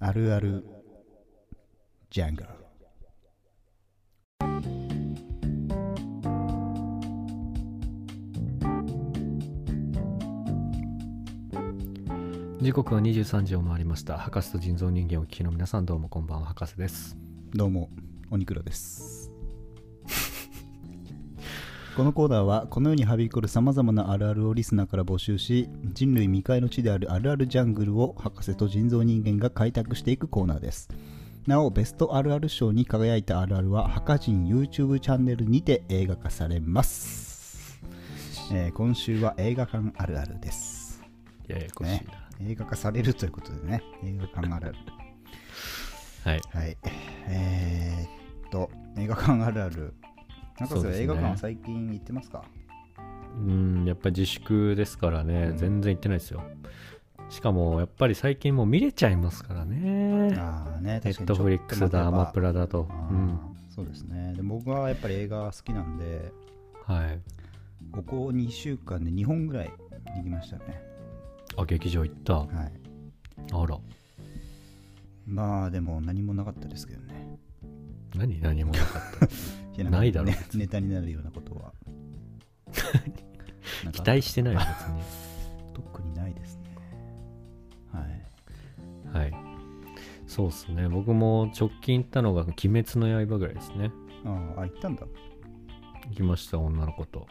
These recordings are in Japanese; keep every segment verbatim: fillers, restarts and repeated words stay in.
あるあるジャングル。 時刻はにじゅうさんじを回りました。博士と人造人間をお聞きの皆さん、どうもこんばんは。博士です。 どうもおにくろです。このコーナーはこの世にはびこるさまざまなあるあるをリスナーから募集し、人類未開の地であるあるあるジャングルを博士と人造人間が開拓していくコーナーです。なおベストあるある賞に輝いたあるあるは博人 YouTube チャンネルにて映画化されます。えー、今週は映画館あるあるです。 ややこしいな、ね、 映画化されるということでね、映画館あるあるはい、 はい、えー、っと映画館あるある、なんかそれ映画館最近行ってますか？ うん、やっぱり自粛ですからね、うん、全然行ってないですよ。しかもやっぱり最近もう見れちゃいますからね。 あね、 ネットフリックスだ、アマプラだと、うん、 そうですね。で僕はやっぱり映画好きなんで、 はい、 ここにしゅうかんでにほんぐらい行きましたね。あ、 劇場行った。 はい。 あら。 まあでも何もなかったですけどね。 何何もなかったいないだろう、ね、 ネタになるようなことは期待してないよ別に特にないですね。 はいはい、そうですね。僕も直近行ったのが鬼滅の刃ぐらいですね。 ああ、行ったんだ。 行きました、女の子と。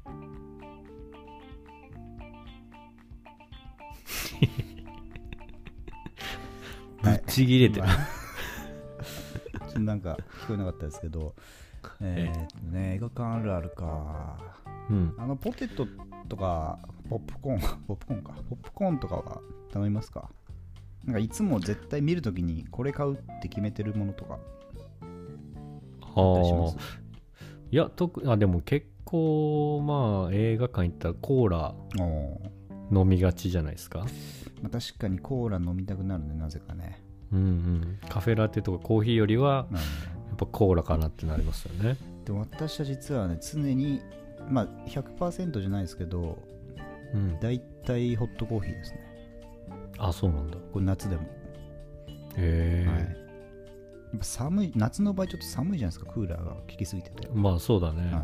ぶっちぎれてる、はいちょっとなんか聞こえなかったですけど、えーっとね、映画館あるあるか、うん、あのポテトとかポップコーンポップコーンかポップコーンとかは頼みますか？なんかいつも絶対見るときにこれ買うって決めてるものとかあったりします？ いや、特あでも結構まあ映画館行ったらコーラ飲みがちじゃないですか。 まあ、確かにコーラ飲みたくなるね、なぜかね。 うんうん、カフェラテとかコーヒーよりはやっぱコーラかなってなりますよね。 でも私は実はね、常にまあ ひゃくパーセント じゃないですけど、うん、だいたいホットコーヒーですね。 あ、そうなんだ。 これ夏でも。 へえ、はい、やっぱ寒い、夏の場合ちょっと寒いじゃないですか、クーラーが効きすぎてて。 まあそうだね、 はい、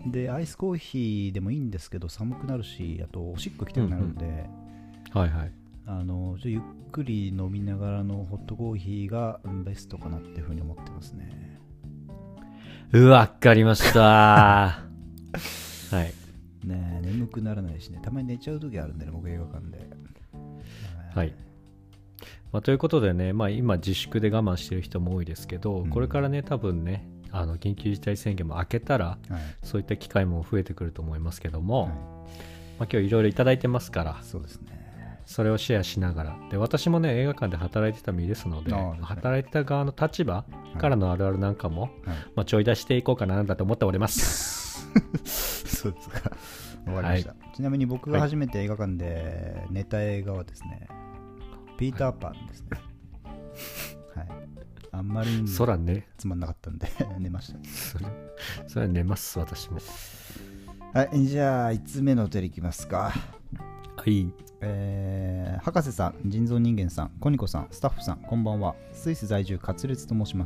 でアイスコーヒーでもいいんですけど寒くなるし、あとおしっこきたくなるんで、うんうん、 はいはい、 あのゆっくり飲みながらのホットコーヒーがベストかなっていうふうに思ってますね。 うわ、わかりましたはいねえ、眠くならないしね、たまに寝ちゃう時あるんでね、僕映画館で。 はい、まあ、ということでね、まあ、今自粛で我慢してる人も多いですけど、うん、これからね多分ねあの緊急事態宣言も明けたら、はい、そういった機会も増えてくると思いますけども、はい、まあ、今日いろいろいただいてますから、 そうですね、 それをシェアしながら、で私もね映画館で働いてた身ですので、働いてた側の立場からのあるあるなんかも、はい、まあ、ちょい出していこうかなだと思っておりますそうですか、わかりました、はい、ちなみに僕が初めて映画館で寝た映画はですね、はい、ピーターパンですねはい、あんまりにそら、ね、 つまんなかったんで寝ました。 それそれは寝ます、私も。 はい、じゃあいつつめのお手いきますか。 はい、 えー、博士さん、人造人間さん、コニコさん、スタッフさん、こんばんは。スイス在住カツレツと申します。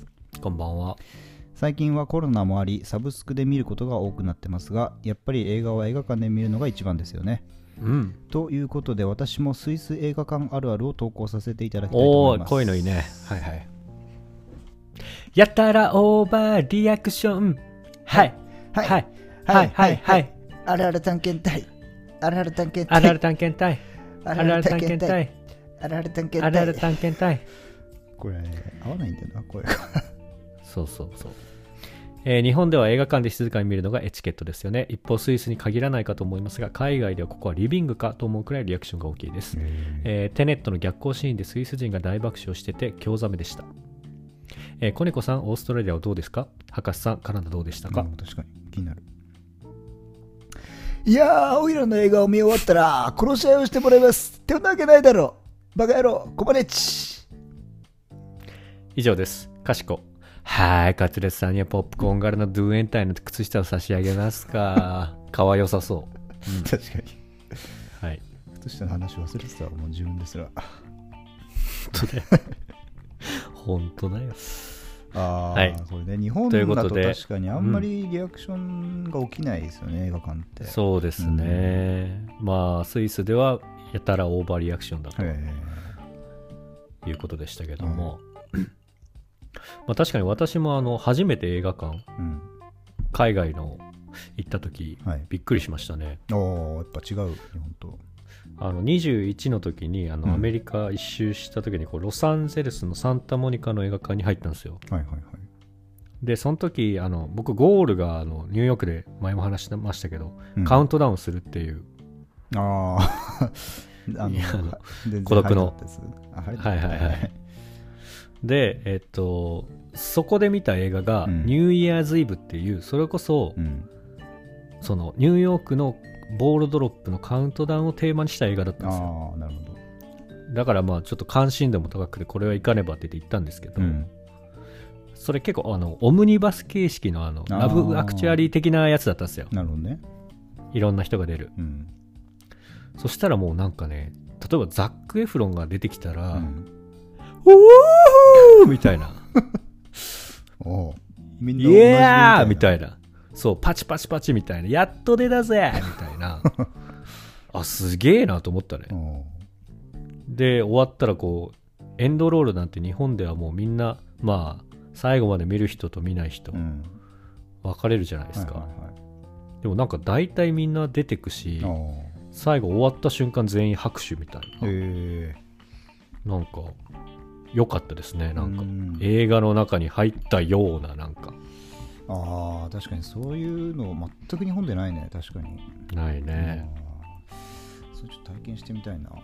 こんばんは。 最近はコロナもありサブスクで見ることが多くなってますが、やっぱり映画は映画館で見るのが一番ですよね。うん、ということで私もスイス映画館あるあるを投稿させていただきたいと思います。 おー、こういうのいいね。はいはい。やたらオーバーリアクション、はいはいはいはいはいはい、 あるある探検隊、あるある探検隊、 あるある探検隊、あるある探検隊、 あるある探検隊、 あるある探検隊。 これ合わないんだよな、声がそうそうそう、えー、日本では映画館で静かに見るのがエチケットですよね。一方スイスに限らないかと思いますが、海外ではここはリビングかと思うくらいリアクションが大きいです。えー、テネットの逆行シーンでスイス人が大爆笑してて興ざめでした。えー、コネコさん、オーストラリアはどうですか？博士さん、カナダどうでしたか？ うん、確かに気になる。いやー、オイラの映画を見終わったら殺し合いをしてもらいます。ってなわけないだろバカ野郎、コマネッチ。 以上です。かしこ。はい、カツレツさんにはポップコーン柄のドゥエンタイの靴下を差し上げますか。かわよさそう、うん、確かに。はい、靴下の話忘れてたわ、もう自分ですら。 当だよ本当だよ。 ああ、 はい、 これね、日本だと確かにあんまりリアクションが起きないですよね、うん、映画館って。 そうですね、うん、まあスイスではやたらオーバーリアクションだということでしたけども、うん、まあ確かに私もあの初めて映画館、うん、海外の行った時、はい、びっくりしましたね。 おー、やっぱ違う日本と。 あのにじゅういちの時にあのアメリカ一周した時にこうロサンゼルスのサンタモニカの映画館に入ったんですよ。 はいはいはい。 でその時あの僕ゴールがあのニューヨークで前も話してましたけど、うん、カウントダウンするっていう、 あああの孤独のはいはいはいでえっとそこで見た映画が、うん、ニューイヤーズイブっていうそれこそ、うん、そのニューヨークのボールドロップのカウントダウンをテーマにした映画だったんですよ。 あ、なるほど。 だからまあちょっと関心度も高くてこれは行かねばって言って行ったんですけど、うん、それ結構あのオムニバス形式のあのラブアクチュアリー的なやつだったんですよ。 なるほどね。 いろんな人が出る、うん、そしたらもうなんかね、例えばザック・エフロンが出てきたら、うん、おーみたいなおみんな同じみたいな、イエーみたいな、そうパチパチパチみたいな、やっと出たぜみたいなあ、すげえなと思ったね。で終わったらこうエンドロールなんて日本ではもうみんなまあ最後まで見る人と見ない人、うん、分かれるじゃないですか、はいはいはい、でもなんか大体みんな出てくし、最後終わった瞬間全員拍手みたいな、へー、なんか良かったですね。なんか映画の中に入ったような、なんかああ、確かにそういうの全く日本でないね。確かにないね。 それちょっと体験してみたいな。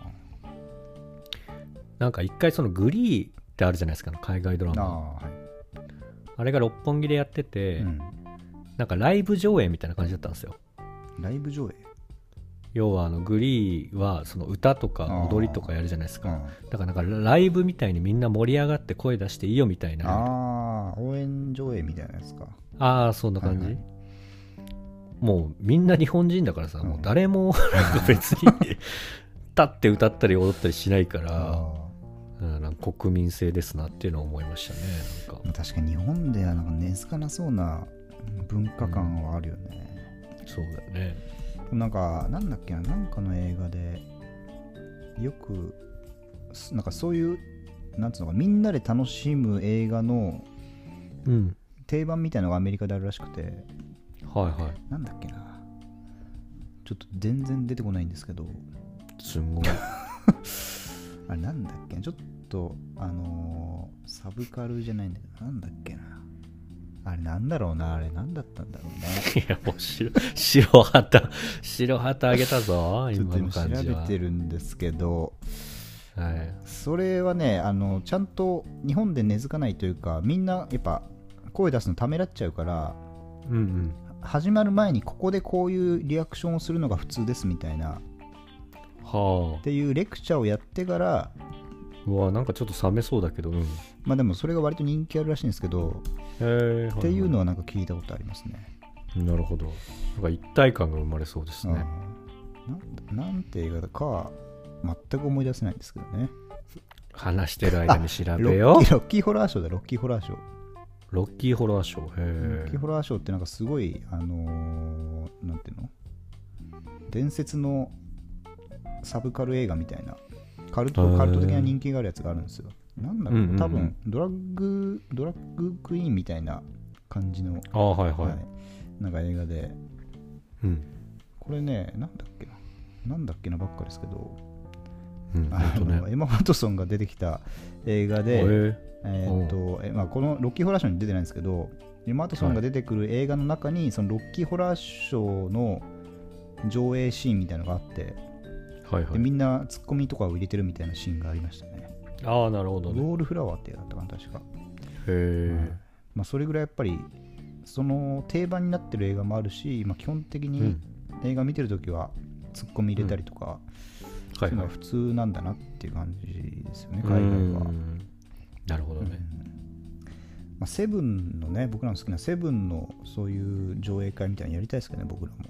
なんか一回そのグリーってあるじゃないですか、海外ドラマ。 あ,、はい、あれが六本木でやってて、うん、なんかライブ上映みたいな感じだったんですよ。 ライブ上映、 要はあのグリーはその歌とか踊りとかやるじゃないですか。だからなんかライブみたいにみんな盛り上がって声出していいよみたいな。 ああ、応援上映みたいなやつか。 ああ、そんな感じ、はいはい、もうみんな日本人だからさ、うん、もう誰もなんか別に立って歌ったり踊ったりしないからうん、なんか国民性ですなっていうのを思いましたね。なんか確かに日本ではなんか根付かなそうな文化感はあるよね、 うん、そうだよね。 なんかなんだっけな、なんかの映画でよくなんかそういうなんつうのか、みんなで楽しむ映画の定番みたいなのがアメリカであるらしくて、 うん、はいはい、 なんだっけな、ちょっと全然出てこないんですけど、 すごいあれなんだっけな、ちょっとあのー、サブカルじゃないんだけど、なんだっけな、あれなんだろうな、あれなんだったんだろうね。 いやもう白白旗白旗あげたぞ今の感じは。ちょっと今調べてるんですけど、 はい、 それはね、あのちゃんと日本で根付かないというか、みんなやっぱ声出すのためらっちゃうから、 うんうん、 始まる前にここでこういうリアクションをするのが普通ですみたいな、 はあ、 っていうレクチャーをやってから、 うわなんかちょっと冷めそうだけど、うん、 まあでもそれが割と人気あるらしいんですけど、 へっていうのはなんか聞いたことありますね。 なるほど、なんか一体感が生まれそうですね。 な, なんて映画だか全く思い出せないんですけどね。 話してる間に調べよう。 ロッキー、ロッキーホラーショーだ、ロッキーホラーショー。 ロッキーホラーショー、へー。 ロッキーホラーショーってなんかすごい、あのー、なんていうの、伝説のサブカル映画みたいな、カルト、カルト的な人気があるやつがあるんですよ。なんだろう、うんうんうん、多分ドラッグドラッグクイーンみたいな感じの、 あ、はいはい、はい、 なんか映画で、 うん、 これね、なんだっけな、なんだっけなばっかですけど、 うん、 あのね、エマ・ワトソンが出てきた映画で、 ええーっとえまあ、このロッキーホラーショーに出てないんですけど、エマ・ワトソンが出てくる映画の中に、はい、そのロッキーホラーショーの上映シーンみたいなのがあって、 はいはい、 でみんなツッコミとかを入れてるみたいなシーンがありましたね。 ああ、なるほどね。 ウォールフラワーって映画だったかな、確か。 へえ、 うん、まあ、それぐらいやっぱりその定番になってる映画もあるし、まあ、基本的に映画見てるときはツッコミ入れたりとか、うん、そういうのが普通なんだなっていう感じですよね、海外は。 なるほどね。うん、 まあ、セブンのね、僕らの好きなセブンのそういう上映会みたいなのやりたいですけどね、僕らも。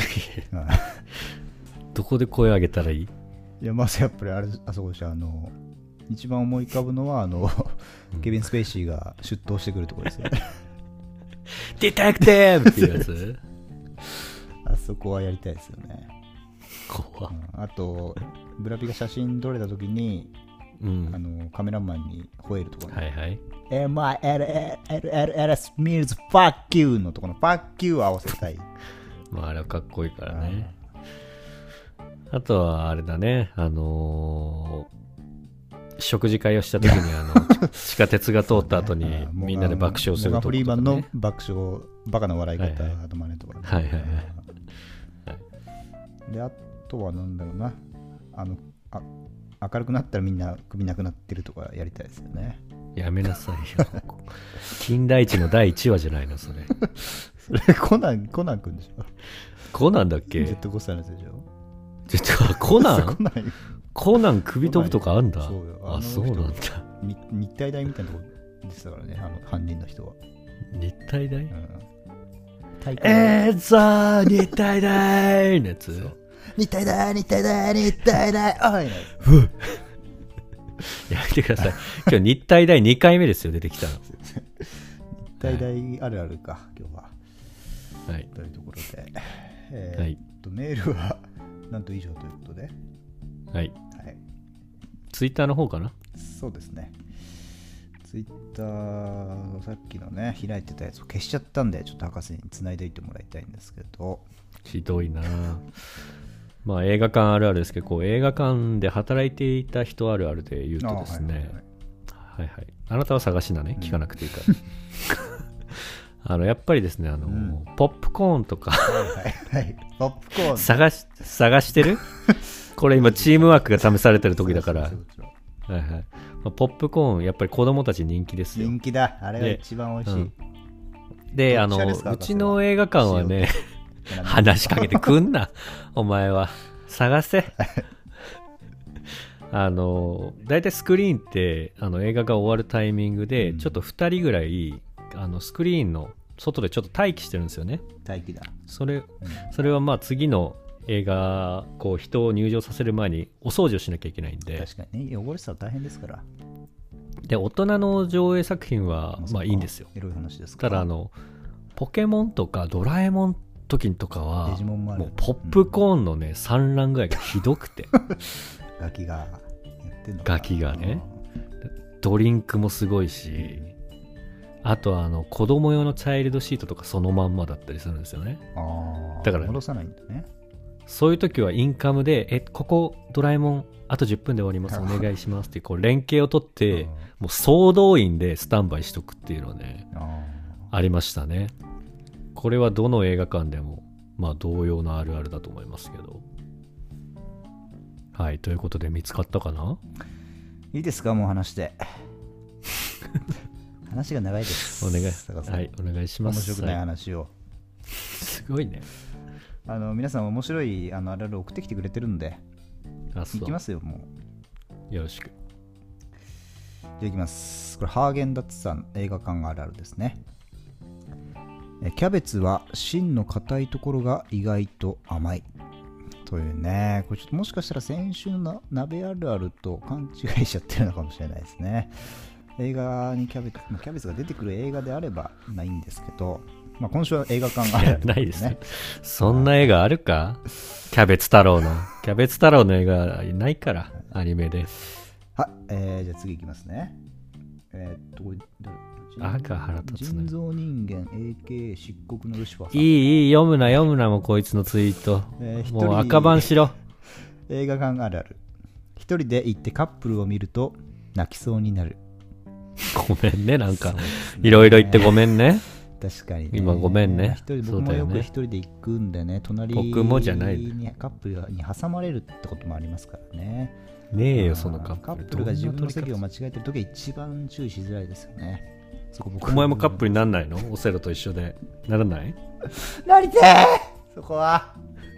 どこで声上げたらいい？ いや、まずやっぱりあれ、あそこでしょ、あの一番思い浮かぶのはあの、うん、ケビン・スペイシーが出頭してくるところですよね。 ディテクティブっていうやつあそこはやりたいですよね。 怖っ、 うん、あとブラピが写真撮れた時に、うん、あのカメラマンに吠えるところ、ね、 はいはい、 エムアイエルエルエルエルエス means fuck you のところの fuck you を合わせたい。 まああれはかっこいいからね。あとはあれだね、あのー、食事会をした時にあの地下鉄が通った後にみんなで爆笑するところとか、ね、モガフリーマンの爆笑バカな笑い方の真似とか、ね、 はいはいはい、はい、 であとはなんだろうな、あのあ明るくなったらみんな首なくなってるとかやりたいですよね。 やめなさいよ。金田一のだいいちわじゃないのそれ。 それコナン、コナンくんでしょ。 コナンだっけ。 ジェットコースターのやつでしょ。 ジェットコナンコナンコナン首飛ぶとかあんだ。 そうよ、 あ、そうなんだ。 日体大みたいなとこでしたからね、あの犯人の人は。 日体大、うん、 えーざー日体大のやつ。 日体大日体大日体大おいやめてください。今日日体大にかいめですよ、出てきたの。日体大あるあるか、はい、今日は。 はい。 というところで、えーはい、とメールはなんと以上ということで。 はい。はい。ツイッターの方かな。 そうですね。ツイッターさっきのね開いてたやつを消しちゃったんで、ちょっと博士に繋いでいってもらいたいんですけど。 ひどいな。まあ映画館あるあるですけど、こう映画館で働いていた人あるあるで言うとですね、あ、はいはいはいはいはい、あなたは探しなね、聞かなくていいから、うん、あのやっぱりですね、あの、うん、ポップコーンとかはいはい、はい、ポップコーン探し探してるこれ今チームワークが試されてる時だからはいはい、まあ、ポップコーンやっぱり子供たち人気ですよ。 人気だ、あれが一番美味しい。 うん、で、あのうちの映画館はね話しかけてくんなお前は探せあのだいたいスクリーンってあの映画が終わるタイミングで、うん、ちょっとふたりぐらいあのスクリーンの外でちょっと待機してるんですよね。 待機だ。それ、うん、 それはまあ次の映画こう人を入場させる前にお掃除をしなきゃいけないんで。 確かにね、汚れてたら大変ですから。 で大人の上映作品はまあいいんですよ。 エロい話ですか。 ただあのポケモンとかドラえもん時とかはデジモンもある、 もうポップコーンのね、うん、産卵具合がひどくてガキがやってんのかガキがね、ドリンクもすごいし、あとはあの子供用のチャイルドシートとかそのまんまだったりするんですよね。 あだから戻さないんだね。 そういう時はインカムでえここドラえもんあとじゅっぷんで終わりますお願いしますってこう連携を取ってもう総動員でスタンバイしとくっていうのね あ, ありましたね。これはどの映画館でもまあ同様のあるあるだと思いますけど。はい、ということで見つかったかな。 いいですか、もう話して話が長いです。 お願いはいお願いします。 面白くない話を、はい、 すごいね。 あの皆さん面白いあのあるある送ってきてくれてるんで、 あそういきますよ。もうよろしく。 じゃあいきます。これハーゲンダッツさん映画館あるあるですね。キャベツは芯の硬いところが意外と甘いというね。これちょっともしかしたら先週の鍋あるあると勘違いしちゃってるのかもしれないですね。映画にキャベツ、まあ、キャベツが出てくる映画であればないんですけど、まあ、今週は映画館がある、ね、 ないですね。そんな映画あるかキャベツ太郎のキャベツ太郎の映画ないからアニメで。 はい、えー、じゃあ次いきますね。えー、っとこれ赤腹立つね。 人造人間 エーケー 漆黒のルシファーさん。 いいいい読むな読むなもうこいつのツイート、えー、もう赤番しろ。 映画館あるある。一人で行ってカップルを見ると泣きそうになる。 ごめんねなんかいろいろ言ってごめんね。 確かに、ね、 今ごめんね。 一人僕もよく一人で行くんでね、隣に僕もじゃないカップルに挟まれるってこともありますからね。 ねえよそのカップル。 カップルが自分の席を間違えてる時が一番注意しづらいですよね。そこ僕お前もカップルになんないの？オセロと一緒でならない？ なりてーそこは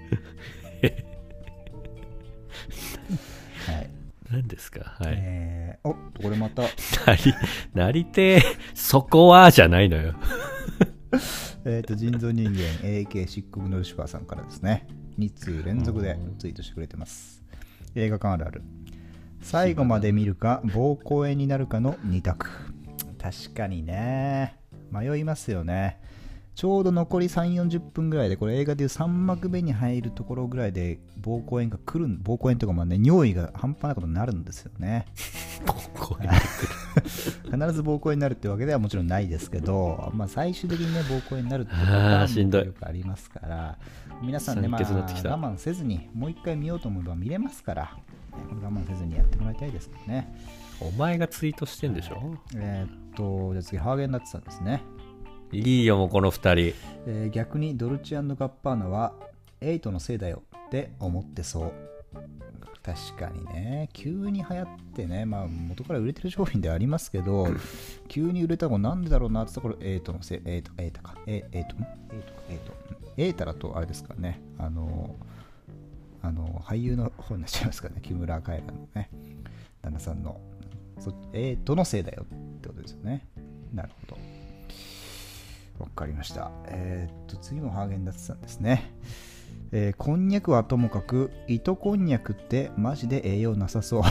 はい何ですか。はい、 えー、おっとこれまたなりなりてーそこはじゃないのよえっと人造人間 エーケー 漆黒のルシファーさんからですね、に通連続でツイートしてくれてます。映画館あるある。 最後まで見るか膀胱炎になるかのに択。確かにね、迷いますよね。ちょうど残りさんじゅうよんじゅっぷんぐらいで、これ映画でいうさん幕目に入るところぐらいで膀胱炎が来る、膀胱炎とかまあね、尿意が半端なことになるんですよね。 膀胱炎が来る必ず膀胱炎になるってわけではもちろんないですけど、まあ、最終的にね膀胱炎になるってことあーしんどいがよくありますから、皆さんね、まあ、我酸欠になってきた慢せずにもう一回見ようと思えば見れますから、我慢せずにやってもらいたいですけどね。 お前がツイートしてんでしょ。 えーっとじゃあ次ハーゲンダッツさんですね。 いいよもうこのふたり、 えー逆にドルチアンドガッパーナはエイトのせいだよって思ってそう。確かにね、急に流行ってね、まあ元から売れてる商品ではありますけど、急に売れたのなんでだろうなってところ、エイトのせい、エイト、エイトか、エイト、エイト、エイト、エイトだとあれですからね、あの、あの俳優の方になっちゃいますからね、木村カエラのね、旦那さんの、そエイトのせいだよってことですよね。なるほど。わかりました。えー、っと、次もハーゲンダッツさんですね。えー、こんにゃくはともかく、糸こんにゃくってマジで栄養なさそう。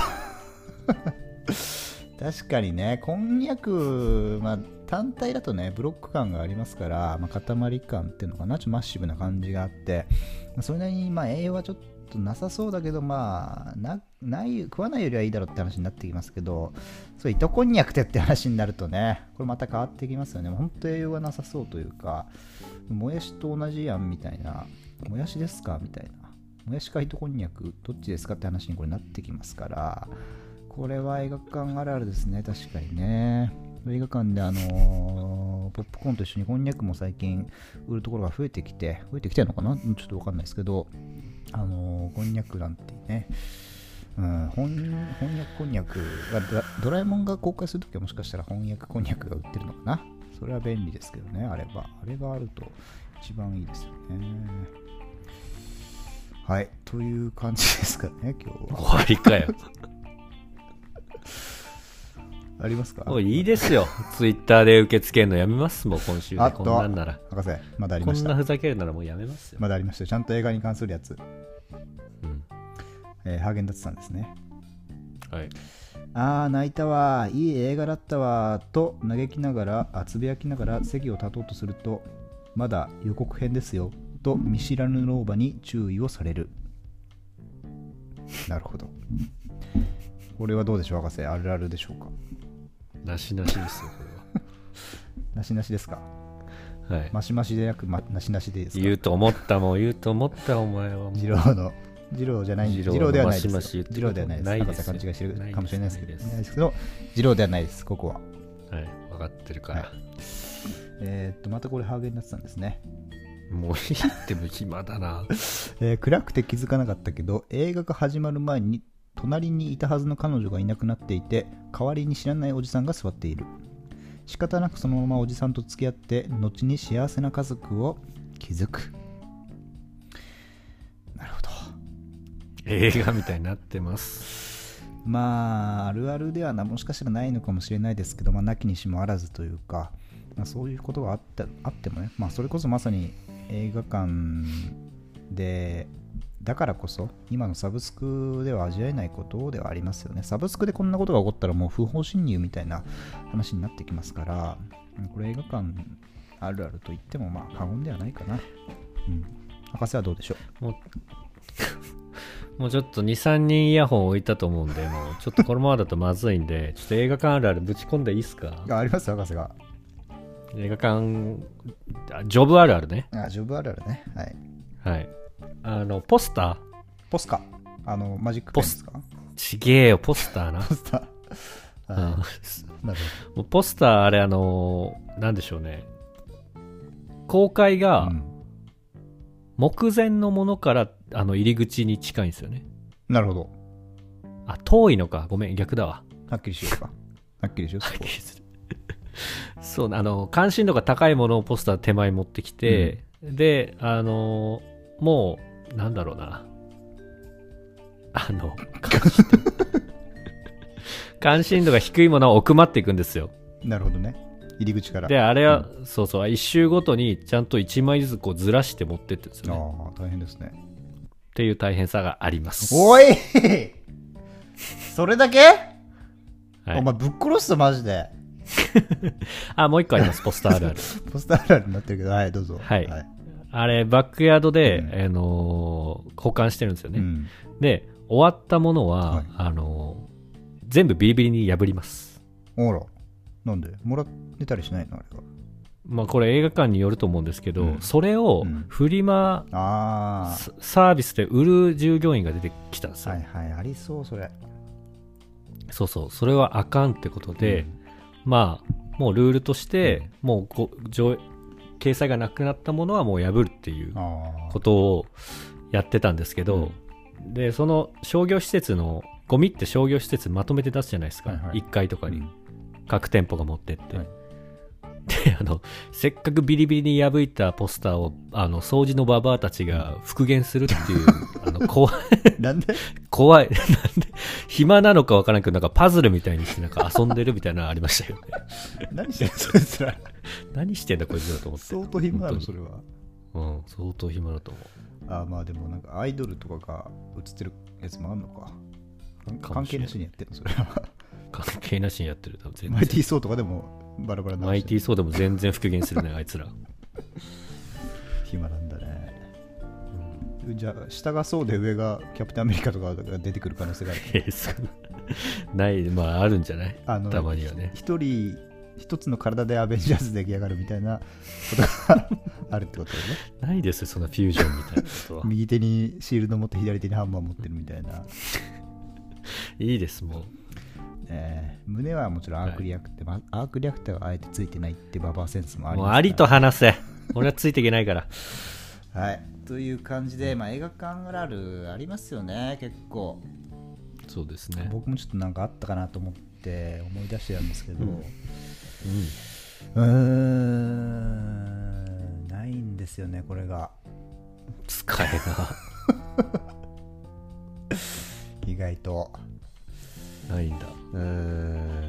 確かにね、こんにゃく、まあ、単体だとね、ブロック感がありますから、まあ、塊感っていうのかな、ちょっとマッシブな感じがあって、まあ、それなりにまあ栄養はちょっとなさそうだけど、まあ、なない食わないよりはいいだろうって話になってきますけど、そう糸こんにゃくてって話になるとね、これまた変わってきますよね。本当栄養がなさそうというか、もやしと同じやんみたいな、もやしですかみたいな、もやしか糸こんにゃくどっちですかって話にこれなってきますから、これは映画館あるあるですね。確かにね、映画館であのー、ポップコーンと一緒にこんにゃくも最近売るところが増えてきて増えてきてるのかな、ちょっとわかんないですけど、あのー、こんにゃくなんてね、うん、翻訳こんにゃくがドラえもんが公開するときはもしかしたら翻訳こんにゃくが売ってるのかな。それは便利ですけどね、あればあれがあると一番いいですよね。はい、という感じですかね、今日は。 終わりかよ。 ありますか？ もういいですよ。ツイッターで受け付けるのやめますもう今週で。 あっとこんなんなら博士まだありました。 こんなふざけるならもうやめますよ。 まだありました。ちゃんと映画に関するやつ、 うんえー、ハーゲンダッツさんですね。 はい。 あー泣いたわ、いい映画だったわと嘆きながら、あつぶやきながら席を立とうとすると、まだ予告編ですよと見知らぬ老婆に注意をされる。なるほど。これはどうでしょう博士、あるあるでしょうか？ なしなしですよこれは。 なしなしですか？ はい。 マシマシでなく、ま、なしなしでいいですか？ 言うと思ったもん、言うと思ったお前はもう。 二郎の二郎じゃない、 二郎二郎ではないですよ。 マシマシ言って二郎ではないです。 ないですよ博士勘違いしてるかもしれないですけど、 ないですないですけど、二郎ではないです、ここは。 はい、分かってるから。 はい、えー、っと、またこれハーゲンダッツさんですね。 もういいっても暇だな。 えー、暗くて気づかなかったけど、映画が始まる前に隣にいたはずの彼女がいなくなっていて、代わりに知らないおじさんが座っている。仕方なくそのままおじさんと付き合って、後に幸せな家族を築く。なるほど。 映画みたいになってます。 まああるあるではなもしかしたらないのかもしれないですけど、まあ、なきにしもあらずというか、まあ、そういうことがあったあってもね、まあ、それこそまさに映画館でだからこそ今のサブスクでは味わえないことではありますよね。サブスクでこんなことが起こったらもう不法侵入みたいな話になってきますから、これ映画館あるあると言ってもまあ過言ではないかな。うん、博士はどうでしょう？ もうもうちょっとにさんにんイヤホン置いたと思うんで、もうちょっとこのままだとまずいんで、ちょっと映画館あるあるぶち込んでいいっすか？ あ、ありますよ博士が。 映画館ジョブあるあるね。 あ、ジョブあるあるね。はい。 はい。あのポスターポスカあのマジックペンですか？ ちげえよ、ポスターな。 ポスター。はい、なるほど。 もうポスターあれあのなんでしょうね。公開が、うん、目前のものからあの入り口に近いんですよね。なるほど。 あ、遠いのか。ごめん、逆だわ。 はっきりしようか。はっきりしよう。 はっきりする。そう、あの関心度が高いものをポスター手前に持ってきて、うん、で、あのもうなんだろうな。あの関心度関心度が低いものを奥まっていくんですよ。 なるほどね。入り口から。 で、あれは、うん、そうそう、一周ごとにちゃんといちまいずつこうずらして持ってってるんですよね。 ああ、大変ですね。 っていう大変さがあります。 おいそれだけ、 はい、 お前ぶっ殺すぞマジであ、もう一個あります。ポスターあるあるポスターあるあるになってるけど、はいどうぞ。 はい、はい、あれバックヤードで、 うん、 あのー、保管してるんですよね、うん、で終わったものは、はい、あのー、全部ビリビリに破ります。 あら、なんでもらってたりしないのあれは。 まあこれ映画館によると思うんですけど、うん、それをフリマ、うん、あサービスで売る従業員が出てきたんですよ。 はいはい、ありそうそれ。 そうそう、それはあかんってことで、うん、まあもうルールとして、うん、もうご掲載がなくなったものはもう破るっていうことをやってたんですけど、うん、でその商業施設のゴミって商業施設まとめて出すじゃないですか、はいはい、いっかいとかに、うん、各店舗が持ってって、はい、であのせっかくビリビリに破いたポスターをあの掃除のババアたちが復元するっていうあの怖いなんで怖いなんで暇なのかわからんけどなんかパズルみたいにしてなんか遊んでるみたいなのありましたよね何してんのそいつら何してんだこいつだと思って相当暇なのそれは。 うん相当暇だと思う。 あまあでもなんかアイドルとかが映ってるやつもあんのか。関係なしにやってるのそれは関係なしにやってる。多分全然マイティーソーとかでもバラバラな。 マイティーソーでも全然復元するねあいつら暇なんだね、うん、じゃあ下がそうで上がキャプテンアメリカとかが出てくる可能性があるえー、ないまああるんじゃない。あのたまにはね一人一つの体でアベンジャーズ出来上がるみたいなことがあるってことだよね。 ないですよそんなフュージョンみたいなことは右手にシールド持って左手にハンマー持ってるみたいないいですもう、 えー、胸はもちろんアークリアクター、はい、アークリアクターがあえてついてないってババアセンスもありますから。 もうありと話せ俺はついていけないからはいという感じで、まあ、映画館あるあるありますよね結構。 そうですね。 僕もちょっとなんかあったかなと思って思い出してたんですけど、うんうん、 うーんないんですよねこれが。 使えな意外とないんだ。 うーん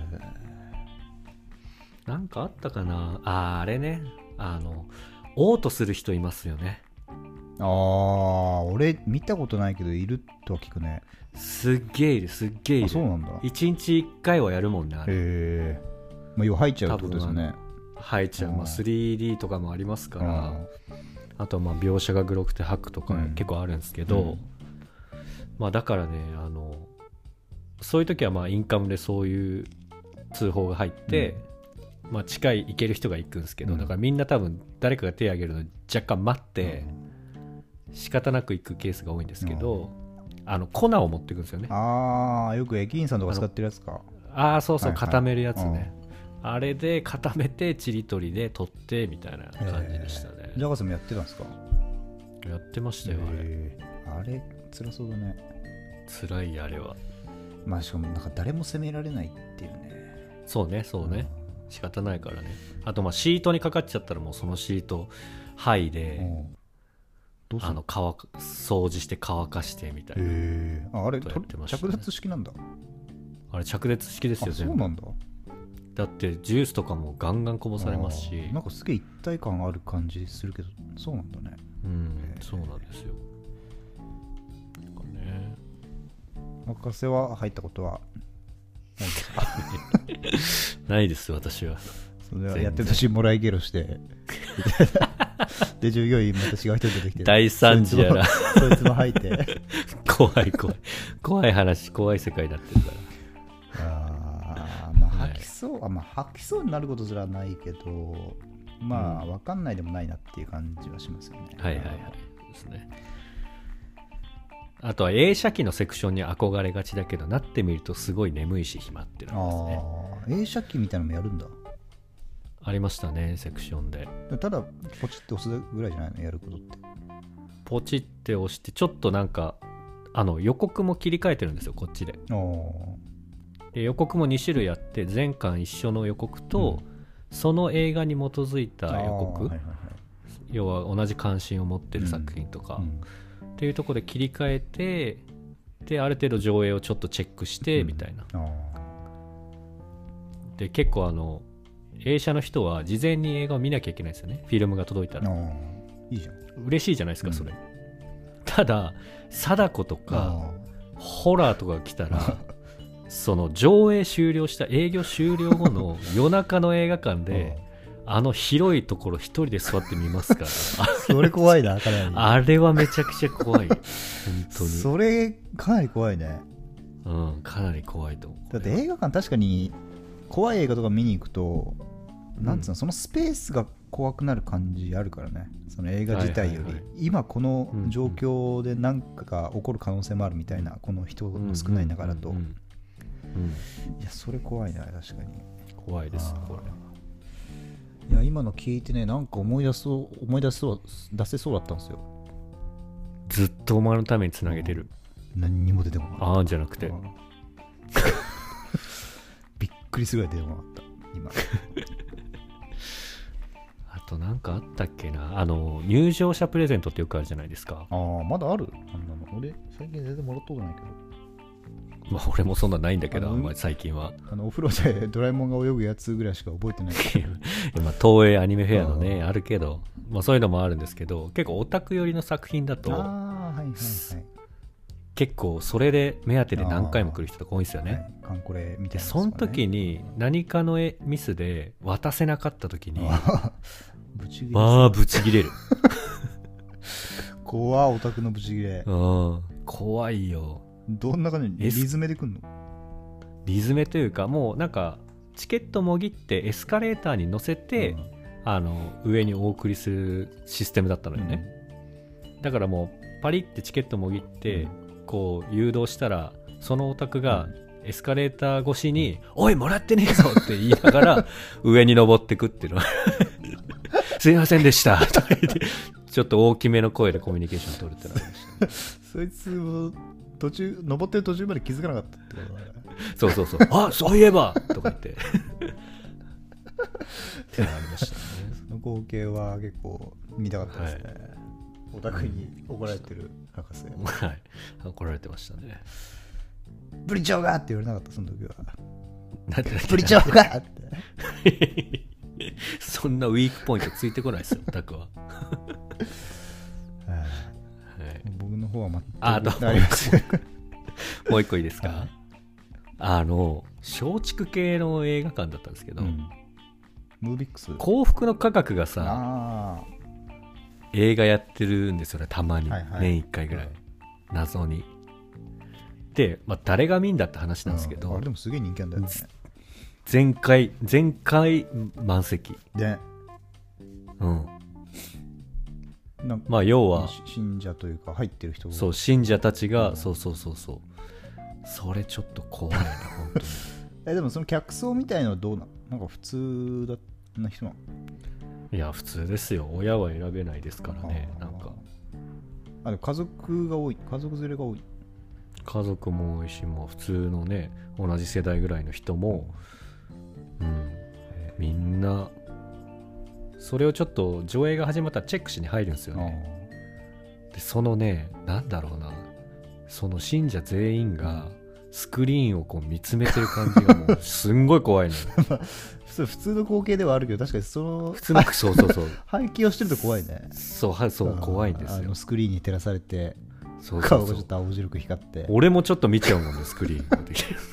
なんかあったかなあ。あれねあの嘔吐する人いますよね。 ああ俺見たことないけどいるとは聞くね。 すっげえいるすっげえいる。 そうなんだ。 いちにちいっかいはやるもんねあれ。へえ。まあ要は入っちゃうってことですよね。 入っちゃう、まあ、スリーディー とかもありますから、あとはまあ描写がグロくて吐くとか結構あるんですけど、うんまあ、だからねあのそういう時はまあインカムでそういう通報が入って、うんまあ、近い行ける人が行くんですけど、うん、だからみんな多分誰かが手を挙げるの若干待って、うん、仕方なく行くケースが多いんですけど、うん、あの粉を持っていくんですよね。 ああよく駅員さんとか使ってるやつか。 ああそうそう、はいはい、固めるやつね、うん、あれで固めてちりとりで取ってみたいな感じでしたね。 ジャガーさんもやってたんですか。 やってましたよあれ。 あれ辛そうだね。 辛いあれは。 まあしかもなんか誰も責められないっていうね。 そうねそうね、うん、仕方ないからね。あとまあシートにかかっちゃったらもうそのシート剥いで、うん、どうする？あの乾か掃除して乾かしてみたいな。 へああれ、ね、着脱式なんだ。 あれ着脱式ですよ。 そうなんだ。 だってジュースとかもガンガンこぼされますし。 なんかすげえ一体感ある感じするけどそうなんだね。 うんそうなんですよ。 博士は入ったことはないですか？ ないです私は。 それはやってる途中もらいゲロしてで従業員また違う人出てきて大惨事やらそいつも入って怖い怖い怖い話怖い世界になってるから。 あまあ吐きそう、はい、あまあ吐きそうになることすらないけどまあ、うん、分かんないでもないなっていう感じはしますよね。 はいはいはいですね。あとは映写機のセクションに憧れがちだけどなってみるとすごい眠いし暇ってなりますね。 あ映写機みたいなのもやるんだ。 ありましたねセクションで。 ただポチって押すぐらいじゃないのやることって。 ポチって押してちょっとなんかあの予告も切り替えてるんですよこっちで。で予告もに種類あって全巻一緒の予告と、うん、その映画に基づいた予告、はいはいはい、要は同じ関心を持ってる作品とか、うんうんっていうところで切り替えてである程度上映をちょっとチェックしてみたいな、うん、で結構あの映写の人は事前に映画を見なきゃいけないですよねフィルムが届いたら。 いいじゃん嬉しいじゃないですかそれ、うん、ただ貞子とかホラーとかが来たらその上映終了した営業終了後の夜中の映画館であの広いところ一人で座って見ますからそれ怖いな、かなり。 あれはめちゃくちゃ怖い本当に。 それかなり怖いね。 うん、かなり怖いと思う。 だって映画館確かに怖い映画とか見に行くと、なんつうの、そのスペースが怖くなる感じあるからね、その映画自体より、 はいはいはい、 今この状況で何かが起こる可能性もあるみたいな、この人の少ない中だと、いやそれ怖いな、確かに怖いですこれ。いや今の聞いてね、なんか思い出そう思い出そう出せそうだったんですよ。 ずっとお前のためにつなげてる。 何にも出てこなかった。 ああじゃなくてびっくりするぐらい出てこなかった今あとなんかあったっけな、あの入場者プレゼントってよくあるじゃないですか。 ああまだある、あんなの。俺最近全然もらったことないけど。 まあ俺もそんなないんだけど、あんまり最近は。 あのお風呂でドラえもんが泳ぐやつぐらいしか覚えてないけどまあ東映アニメフェアのね あ, あるけど、まあ、そういうのもあるんですけど、結構オタク寄りの作品だと、 あ、はいはいはい、 結構それで目当てで何回も来る人とか多いんですよね、はい、 カンコレみたいな、ね、 その時に何かのミスで渡せなかった時にブチギレまあブチギレる怖い、オタクのブチギレ。 うん、怖いよ。 どんな感じでリズメで来んの？ リズメというか、もうなんかチケットもぎってエスカレーターに乗せて、うん、あの上にお送りするシステムだったのよね、うん、だからもうパリってチケットもぎって、うん、こう誘導したらそのオタクがエスカレーター越しに、うん、おいもらってねえぞって言いながら上に登ってくっていうのすいませんでしたとか言ってちょっと大きめの声でコミュニケーション取るってなりましたそいつも途中登ってる途中まで気づかなかったってことだね。 そうそうそうあそういえばとか言ってってなりましたね。 その光景は結構見たかったですね、はい、オタクに怒られてる博士、 はい、怒られてましたね。 ブリチョーガーって言われなかった、その時は。 なんてブリチョーガーってそんなウィークポイントついてこないですよオタクは僕の方は全くあどうありますもう一個いいですか。あの松竹系の映画館だったんですけど、うん、 ムービックス幸福の科学がさあ映画やってるんですよね、たまに、はいはい、年いっかいぐらい、うん、謎にで、まあ、誰が見んだって話なんですけど、 うん、あれでもすげえ人気なんだよね。 前回前回満席で、 うんなんかまあ要は信者というか入ってる人がそう信者たちが、うん、そうそうそうそうそれちょっと怖いな本当にえでもその客層みたいのはどうなの？なんか普通だな人なの？ いや普通ですよ、親は選べないですからね。なんかあでも家族が多い、家族連れが多い。 家族も多いし、もう普通のね同じ世代ぐらいの人も、うん、みんなそれをちょっと上映が始まったらチェックしに入るんですよね。でそのねなんだろうな、その信者全員がスクリーンをこう見つめてる感じがもうすんごい怖いのよ普通の光景ではあるけど、確かにその普通のそうそうそう背景をしてると怖いね。 そうはいそう怖いんですよ。 あのスクリーンに照らされてそうそうそう顔がちょっと青白く光って、 俺もちょっと見ちゃうもんねスクリーン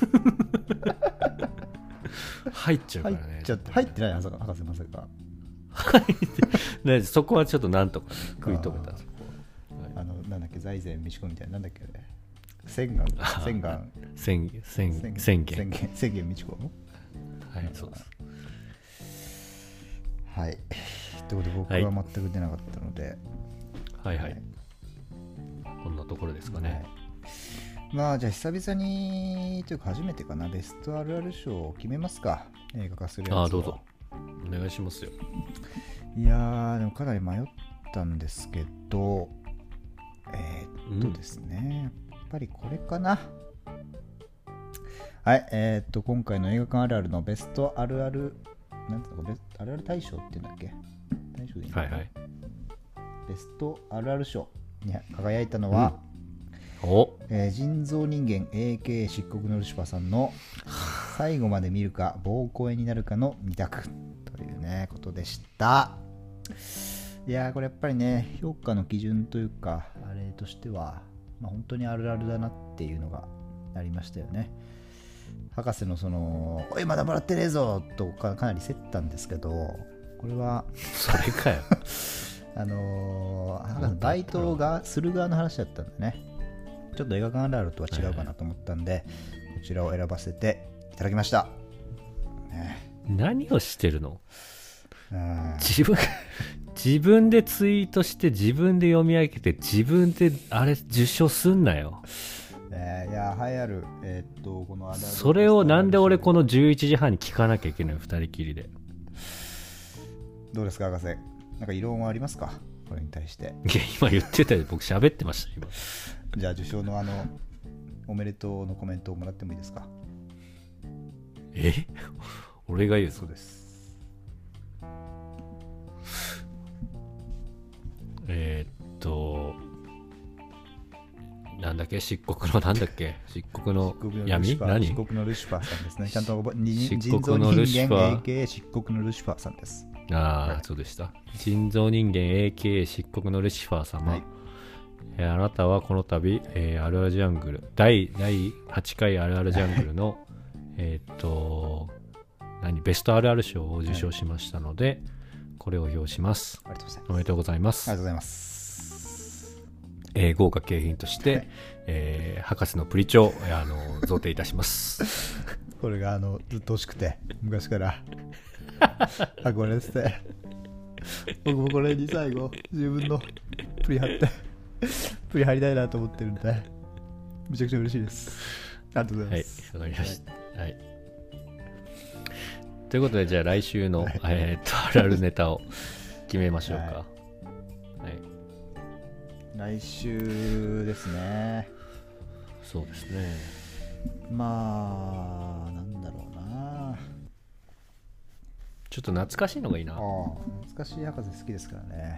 入っちゃうからね。 入っちゃって入ってない博士まさかね、そこはちょっとなんとか、ね、食い止めた。あ, あのなんだっけ財前美智子みたいな、なんだっけね、千願千願宣言宣言宣言宣言美智子のはいそうです。 はいということで僕は全く出なかったので、 はい、はいはいこんなところですかね、はい、 まあじゃあ久々にというか初めてかな、ベストあるある賞を決めますか、映画化するやつを。 ああどうぞお願いしますよ。 いやーでもかなり迷ったんですけど、えー、っとですね、うん、やっぱりこれかな。はい、えー、っと今回の映画館あるあるのベストあるあるなんていうのベストあるある大賞っていうんだっけ、大賞でいいのかな、はいはい、ベストあるある賞に輝いたのは、 うんおえー、人造人間 エーケー 漆黒のルシファーさんの最後まで見るか棒声になるかのに択というねことでした。いやーこれやっぱりね評価の基準というかあれとしては、まあ、本当にあるあるだなっていうのがありましたよね。 博士のそのおいまだもらってねえぞとかかなり競ったんですけど、これはそれかよあのー、博士のバイトがする側の話だったんでね、ちょっと映画館あるあるとは違うかなと思ったんで、はい、こちらを選ばせていただきました、ね、 何をしてるの？ うん、 自分自分でツイートして自分で読み上げて自分であれ受賞すんなよ。 えー、いや流行る、えー、っとこのあるあるそれをなんで俺このじゅういちじはんに聞かなきゃいけないの？ふたりきりで。 どうですか博士、なんか異論はありますかこれに対して？ いや今言ってたよ、僕喋ってました今。 じゃあ受賞のあのおめでとうのコメントをもらってもいいですか？ え俺が言う？ そうです。 えー、っとなんだっけ、漆黒のなんだっけ、漆黒の闇？何？ 漆黒のルシファーさんですね。ちゃんと漆人造人間 エーケーエー 漆黒のルシファーさんです。 ああ、はい、そうでした。人造人間 エーケーエー 漆黒のルシファー様、はい、えー、あなたはこの度、えー、あるあるジャングル第はちかいあるあるジャングルのえっと何ベストあるある賞を受賞しましたので、はい、これを表します。 ありがとうございます。 おめでとうございます。 ありがとうございます。 えー、豪華景品として、はい、えー、博士のプリチョをあの贈呈いたします。 これがあのずっと欲しくて昔から憧れてて、僕もこれに最後自分のプリ貼ってプリ貼りたいなと思ってるんでめちゃくちゃ嬉しいです。ありがとうございます。 はい、わかりました、はいはい、ということでじゃあ来週の、はい、えー、っとあるあるネタを決めましょうか、はいはい、来週ですね。 そうですね。 まあなんだろうな、 ちょっと懐かしいのがいいな。あ、 懐かしい博士好きですからね。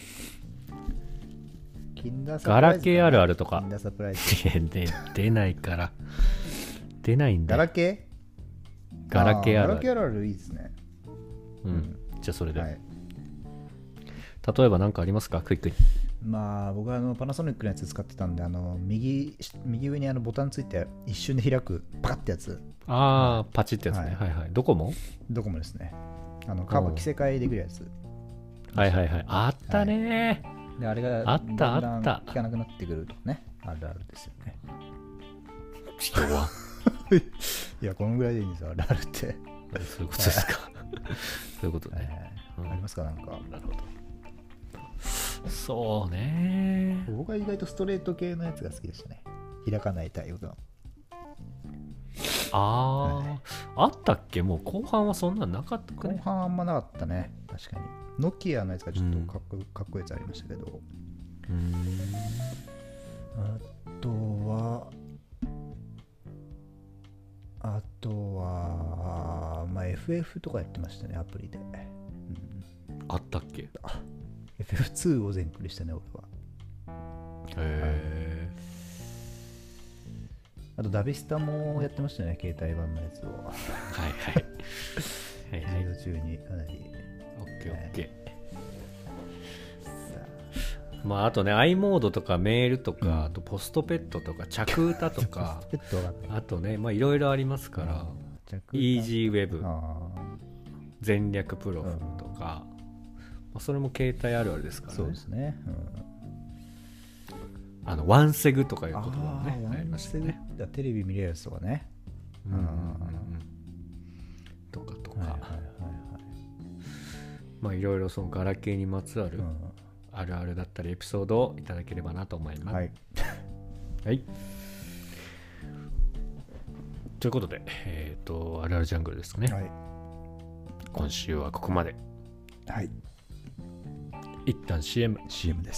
キンダーサプライズ、ね、 ガラケーあるあるとか。 キンダーサプライズで出ないから出ないんだ。 ガラケーガラケーあるある。 ガラケーあるあるいいですね。 うん、うん、じゃあそれで、はい、例えば何かありますか？クイックに。 まあ僕はあのパナソニックのやつ使ってたんで、あの 右, 右上にあのボタンついて一瞬で開くパカッってやつ。 ああ、はい、パチってやつね、はい、はいはい。ドコモ？ ドコモですね。あのカバー着せ替えできるやつ。 はいはいはい。あったねー、はい、 であれがあったあった。 効かなくなってくるとね、あるあるですよね。 人は。 いやこのぐらいでいいんですよ、あるあるって。 そういうことですか。そういうことね、 えーうん。ありますかなんか。 なるほど。そうね。 僕は意外とストレート系のやつが好きでしたね。開かないタイプの。 ああ、はい、あったっけ？もう後半はそんなんなかったかね。 後半あんまなかったね。確かに。ノキアのやつがちょっとかっこ、うん、かっこいいやつありましたけど。うーん。あとは、あとは、まあ エフエフ とかやってましたね、アプリで。うん、 あったっけ？ あ、エフエフツー を全クリしたね、俺は。へー。あとダビスタもやってましたね、携帯版のやつを。 はいはい。 はいはい。授業中にかなり。 オッケーオッケー。まああとね、i モードとかメールとか、うん、あとポストペットとか着歌とか、あとね、まあいろいろありますから、イージーウェブ、全略プロフとか、まあ、それも携帯あるあるですからね。 そうですね。うんあのワンセグとかいう言葉もね、 ありましたね。テレビ見れるやつとかね。うんうんうん、 とかとか。はいはいはいはい。まあいろいろそのガラケーにまつわるあるあるだったりエピソードをいただければなと思います。はい。はい。ということで、えっと、あるあるジャングルですね。はい。今週はここまで。 はい。 一旦 シーエム。 シーエム です。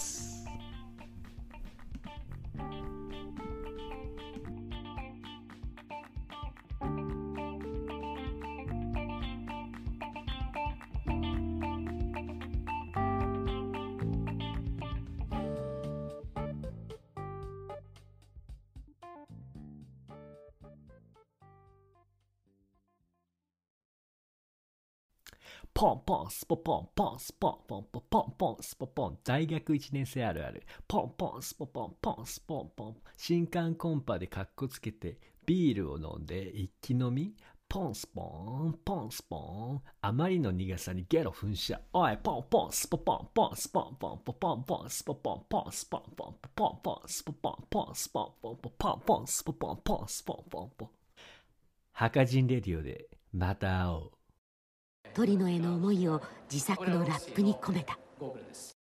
ポンポンスポポンポンスポンポンポンポンポンスポポン大学いちねん生あるあるポンポンスポポンポンスポンポン新刊コンパでカッコつけてビールを飲んで一気飲み、ポンスポーン、ポンスポーン。あまりの苦さにゲロ噴射。おい、ポンポンスポポン、ポンスポンポン、ポポンポンスポポン、ポンスポンポン、ポンポンスポポン、ポンスポンポン、ポンポンスポポン、ポンスポンポンポン。墓人レディオでまた会おう。 鳥野への思いを自作のラップに込めた。